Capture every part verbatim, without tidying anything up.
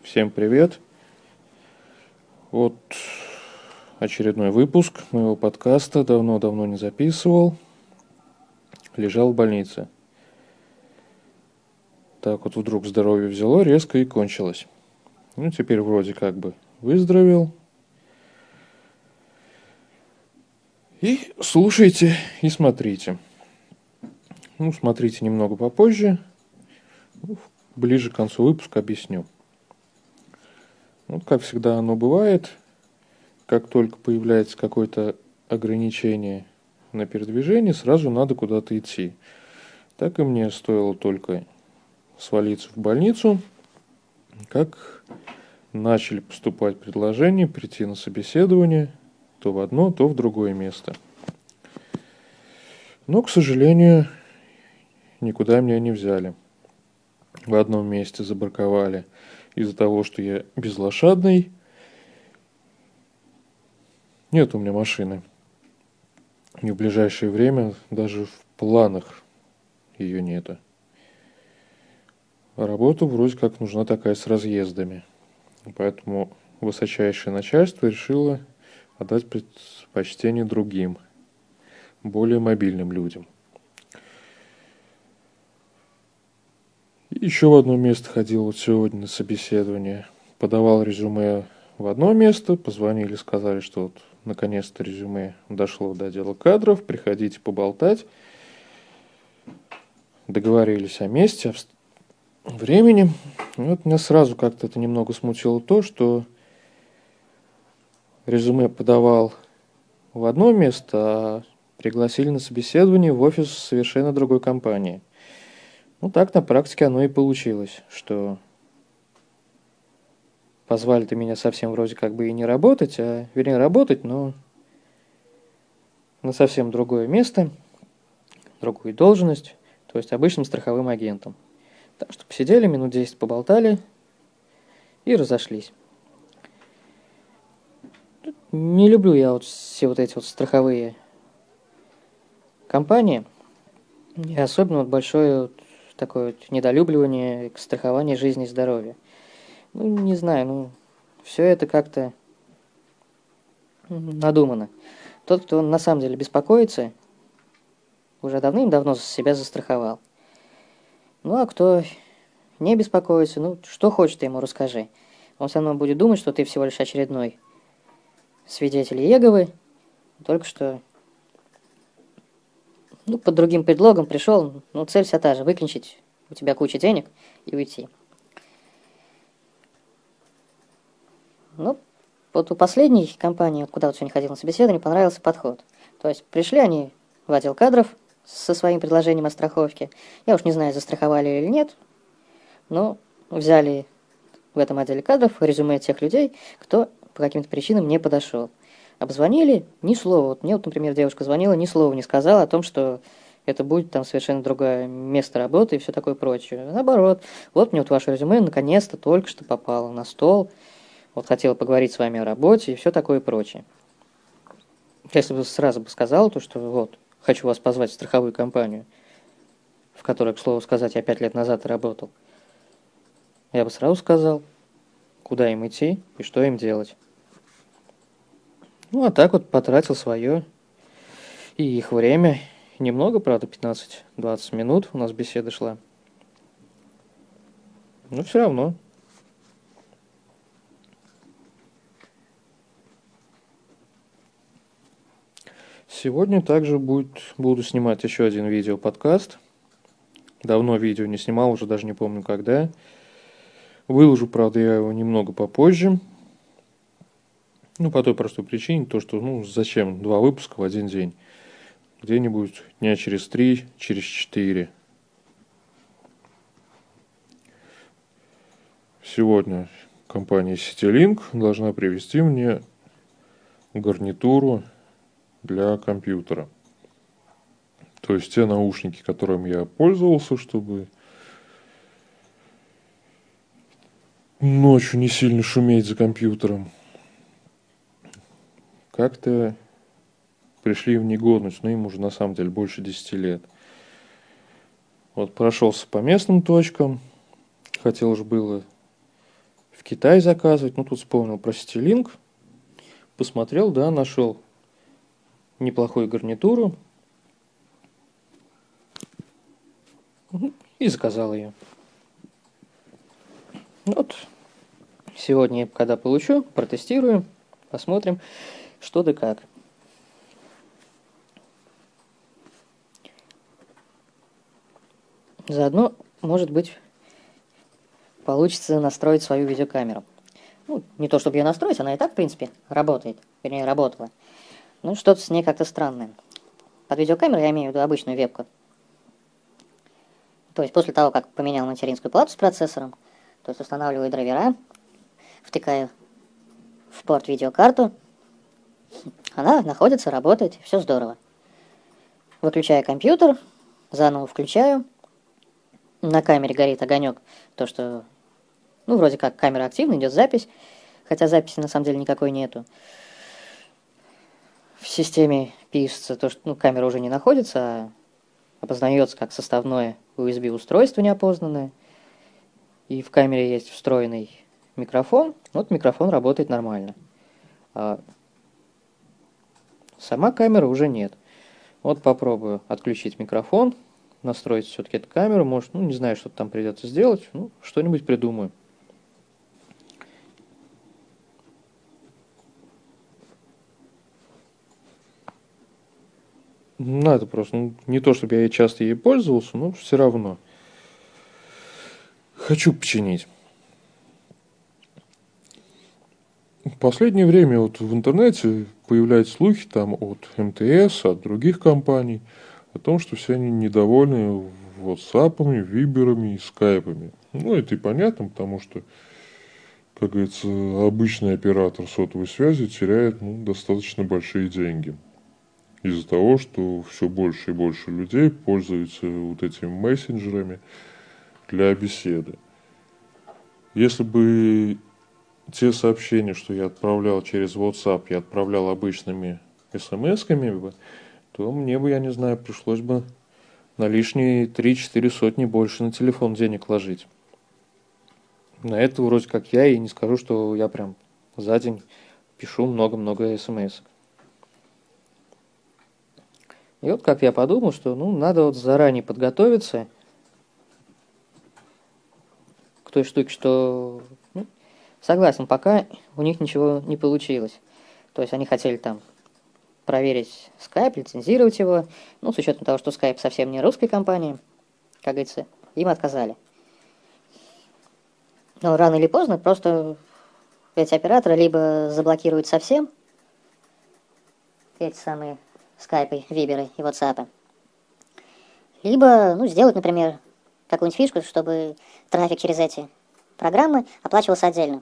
Всем привет! Вот очередной выпуск моего подкаста. Давно-давно не записывал. Лежал в больнице. Так вот вдруг здоровье взяло резко и кончилось. Ну, теперь вроде как бы выздоровел. И слушайте, и смотрите. Ну, смотрите немного попозже. Ну, ближе к концу выпуска объясню. Вот как всегда оно бывает, как только появляется какое-то ограничение на передвижение, сразу надо куда-то идти. Так и мне стоило только свалиться в больницу, как начали поступать предложения прийти на собеседование то в одно, то в другое место. Но, к сожалению, никуда меня не взяли. В одном месте забраковали из-за того, что я безлошадный. Нет у меня машины. И в ближайшее время даже в планах ее нету. А работа вроде как нужна такая с разъездами. Поэтому высочайшее начальство решило отдать предпочтение другим, более мобильным людям. И еще в одно место ходил вот сегодня на собеседование. Подавал резюме в одно место, позвонили, сказали, что вот наконец-то резюме дошло до отдела кадров, приходите поболтать. Договорились о месте, о времени. И вот меня сразу как-то это немного смутило то, что резюме подавал в одно место, а пригласили на собеседование в офис совершенно другой компании. Ну, так на практике оно и получилось, что позвали-то меня совсем вроде как бы и не работать, а, вернее, работать, но на совсем другое место, другую должность, то есть обычным страховым агентом. Так что посидели, минут десять поболтали и разошлись. Не люблю я вот все вот эти вот страховые компании, и особенно вот большое вот такое вот недолюбливание к страхованию жизни и здоровья. Ну, не знаю, ну, все это как-то надумано. Тот, кто на самом деле беспокоится, уже давным-давно себя застраховал. Ну, а кто не беспокоится, ну, что хочешь, ты ему расскажи. Он все равно будет думать, что ты всего лишь очередной свидетель Иеговы, только что, ну, под другим предлогом пришел, ну, цель вся та же, выклинчить у тебя кучу денег и уйти. Ну, вот у последней компании, куда вот сегодня ходил на собеседование, понравился подход. То есть пришли они в отдел кадров со своим предложением о страховке. Я уж не знаю, застраховали или нет, но взяли в этом отделе кадров резюме тех людей, кто по каким-то причинам не подошел. Обзвонили, ни слова. Вот мне, вот, например, девушка звонила, ни слова не сказала о том, что это будет там совершенно другое место работы и все такое прочее. Наоборот, вот мне вот ваше резюме наконец-то только что попало на стол. Вот хотела поговорить с вами о работе и все такое прочее. Если бы сразу бы сказал, то что вот, хочу вас позвать в страховую компанию, в которой, к слову сказать, я пять лет назад работал, я бы сразу сказал, куда им идти и что им делать. Ну, а так вот потратил свое и их время. Немного, правда, пятнадцать-двадцать минут у нас беседа шла. Но все равно. Сегодня также будет, буду снимать еще один видео-подкаст. Давно видео не снимал, уже даже не помню когда. Выложу, правда, я его немного попозже. Ну, по той простой причине, то, что, ну, зачем два выпуска в один день? Где-нибудь дня через три, через четыре. Сегодня компания CityLink должна привезти мне гарнитуру для компьютера. То есть те наушники, которыми я пользовался, чтобы ночью не сильно шуметь за компьютером, как-то пришли в негодность, но им уже на самом деле больше десяти лет. Вот прошелся по местным точкам, хотел же было в Китай заказывать. Ну, тут вспомнил про Ситилинк. Посмотрел, да, нашел неплохую гарнитуру. И заказал ее. Вот. Сегодня, когда получу, протестирую, посмотрим, что да как. Заодно, может быть, получится настроить свою видеокамеру. Ну, не то чтобы ее настроить, она и так, в принципе, работает. Вернее, работала. Ну, что-то с ней как-то странное. Под видеокамеру я имею в виду обычную вебку. То есть после того, как поменял материнскую плату с процессором, то есть устанавливаю драйвера, втыкаю в порт видеокарту, она находится, работает, все здорово. Выключаю компьютер, заново включаю. На камере горит огонек, то что, ну, вроде как камера активна, идет запись, хотя записи на самом деле никакой нету. В системе пишется то, что ну, камера уже не находится, а опознается как составное ю эс би-устройство неопознанное. И в камере есть встроенный микрофон. Вот микрофон работает нормально. А сама камера уже нет. Вот попробую отключить микрофон, настроить все-таки эту камеру. Может, ну, не знаю, что там придется сделать. Ну, что-нибудь придумаю. Надо просто, ну, не то чтобы я часто ей пользовался, но все равно. Хочу починить. В последнее время вот в интернете появляются слухи там от эм тэ эс, от других компаний, о том, что все они недовольны WhatsApp'ами, Виберами и скайпами. Ну, это и понятно, потому что, как говорится, обычный оператор сотовой связи теряет ну, достаточно большие деньги. Из-за того, что все больше и больше людей пользуются вот этими мессенджерами для беседы. Если бы те сообщения, что я отправлял через WhatsApp, я отправлял обычными смс-ками, то мне бы, я не знаю, пришлось бы на лишние три-четыре сотни больше на телефон денег ложить. На это вроде как я и не скажу, что я прям за день пишу много-много смс. И вот как я подумал, что ну, надо вот заранее подготовиться к той штуке, что... Ну, согласен, пока у них ничего не получилось. То есть они хотели там проверить Skype, лицензировать его. Ну, с учетом того, что Skype совсем не русская компания, как говорится, им отказали. Но рано или поздно просто эти операторы либо заблокируют совсем эти самые скайпы, виберы и ватсапы, либо, ну, сделать, например, какую-нибудь фишку, чтобы трафик через эти программы оплачивался отдельно.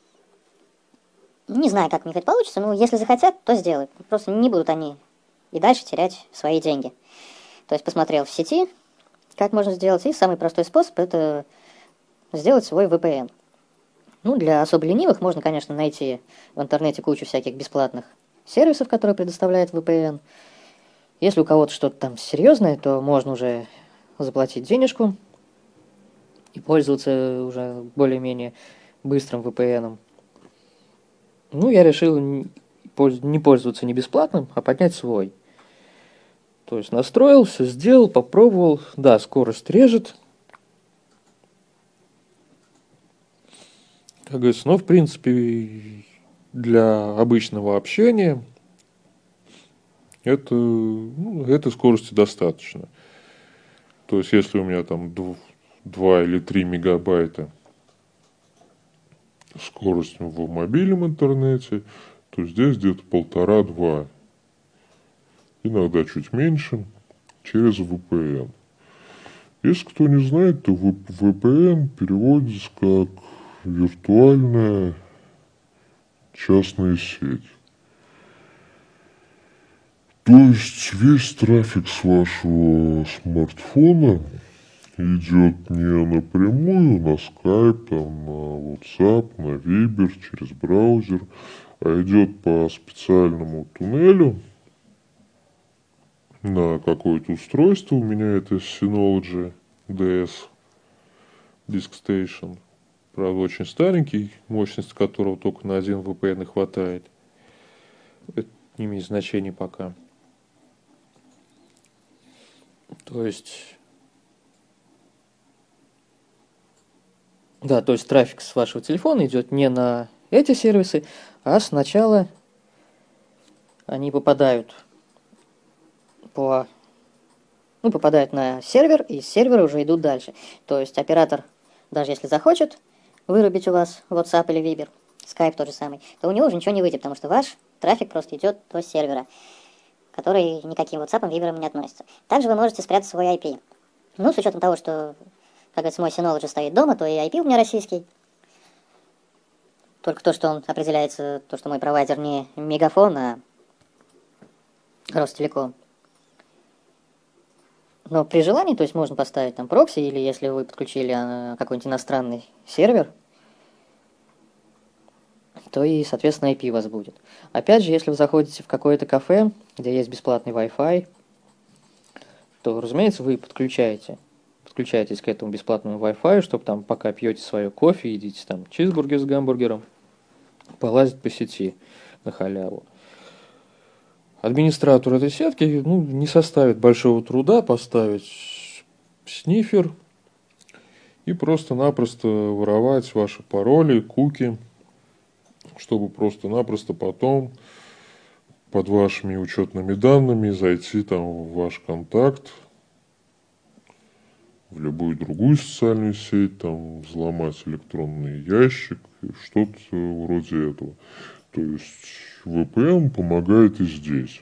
Не знаю, как у них это получится, но если захотят, то сделают. Просто не будут они и дальше терять свои деньги. То есть посмотрел в сети, как можно сделать, и самый простой способ – это сделать свой ви пи эн. Ну, для особо ленивых можно, конечно, найти в интернете кучу всяких бесплатных сервисов, которые предоставляет ви пи эн. Если у кого-то что-то там серьезное, то можно уже заплатить денежку и пользоваться уже более-менее быстрым ви пи эн. Ну, я решил не пользоваться не бесплатным, а поднять свой. То есть настроил, все сделал, попробовал. Да, скорость режет. Как говорится, но в принципе для обычного общения это, ну, этой скорости достаточно. То есть если у меня там два или три мегабайта скорость в мобильном интернете, то здесь где-то полтора-два. Иногда чуть меньше, через ви пи эн. Если кто не знает, то ви пи эн переводится как виртуальная частная сеть. То есть весь трафик с вашего смартфона идет не напрямую на Skype, там, на WhatsApp, на Viber, через браузер, а идет по специальному туннелю на какое-то устройство. У меня это Synology ди эс Disk Station. правда, очень старенький, мощность которого только на один ви пи эн и хватает. Это не имеет значения пока. То есть... Да, то есть трафик с вашего телефона идет не на эти сервисы, а сначала они попадают по... Ну, попадают на сервер, и с сервера уже идут дальше. То есть оператор, даже если захочет вырубить у вас WhatsApp или Viber, Skype тот же самый, то у него уже ничего не выйдет, потому что ваш трафик просто идет до сервера, который никаким WhatsApp и Viber не относится. Также вы можете спрятать свой ай пи. Ну, с учетом того, что, как говорится, мой Synology стоит дома, то и ай пи у меня российский. Только то, что он определяется, то, что мой провайдер не Мегафон, а Ростелеком. Но при желании, то есть можно поставить там прокси, или если вы подключили какой-нибудь иностранный сервер, то и, соответственно, ай пи у вас будет. Опять же, если вы заходите в какое-то кафе, где есть бесплатный Wi-Fi, то, разумеется, вы подключаете, подключаетесь к этому бесплатному Wi-Fi, чтобы там, пока пьете свое кофе, едите там чизбургер с гамбургером, полазить по сети на халяву. Администратору этой сетки ну, не составит большого труда поставить снифер и просто-напросто воровать ваши пароли, куки, чтобы просто-напросто потом под вашими учетными данными зайти там в ваш контакт, в любую другую социальную сеть, там взломать электронный ящик, что-то вроде этого. То есть ви пи эн помогает и здесь.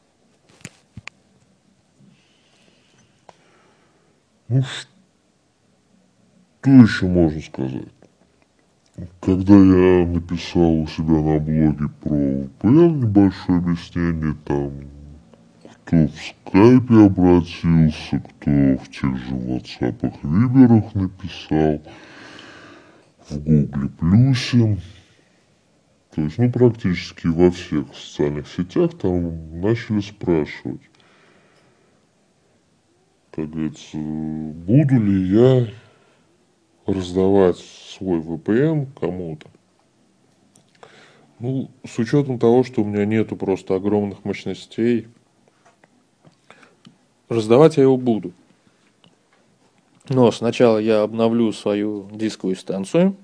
Ну, что еще можно сказать? Когда я написал у себя на блоге про ви пи эн небольшое объяснение, там кто в скайпе обратился, кто в тех же ватсапах, виберах написал, в гугле плюсе. То есть, ну, практически во всех социальных сетях там начали спрашивать, как говорится, буду ли я раздавать свой ви пи эн кому-то. Ну, с учетом того, что у меня нету просто огромных мощностей, раздавать я его буду. Но сначала я обновлю свою дисковую станцию,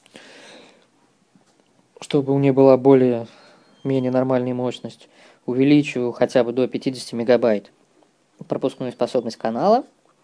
чтобы у нее была более-менее нормальная мощность. Увеличу хотя бы до пятьдесят мегабайт пропускную способность канала.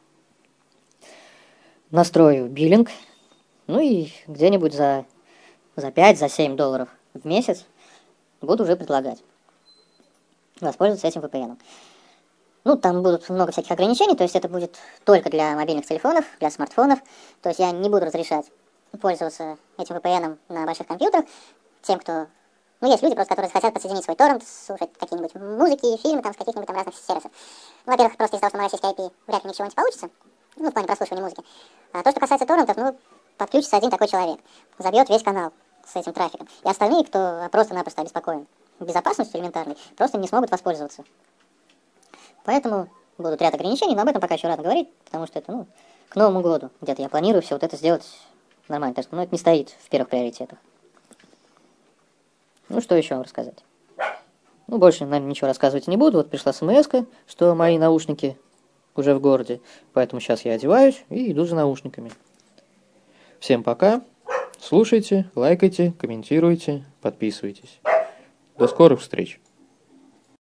Настрою биллинг. Ну и где-нибудь за, за пять-семь долларов в месяц буду уже предлагать воспользоваться этим ви пи эн. Ну, там будут много всяких ограничений, то есть это будет только для мобильных телефонов, для смартфонов. То есть я не буду разрешать пользоваться этим ви пи эн на больших компьютерах тем, кто... Ну, есть люди просто, которые хотят подсоединить свой торрент, слушать какие-нибудь музыки, фильмы там с каких-нибудь там разных сервисов. Ну, во-первых, просто из-за того, что на российский ай пи вряд ли ничего не получится, ну, в плане прослушивания музыки. А то, что касается торрентов, ну, подключится один такой человек, забьет весь канал с этим трафиком. И остальные, кто просто-напросто обеспокоен безопасностью элементарной, просто не смогут воспользоваться. Поэтому будут ряд ограничений, но об этом пока еще рано говорить, потому что это, ну, к Новому году где-то я планирую все вот это сделать нормально. Так что, ну, это не стоит в первых приоритетах. Ну, что еще вам рассказать? Ну, больше, наверное, ничего рассказывать не буду. Вот пришла смс-ка, что мои наушники уже в городе. Поэтому сейчас я одеваюсь и иду за наушниками. Всем пока. Слушайте, лайкайте, комментируйте, подписывайтесь. До скорых встреч.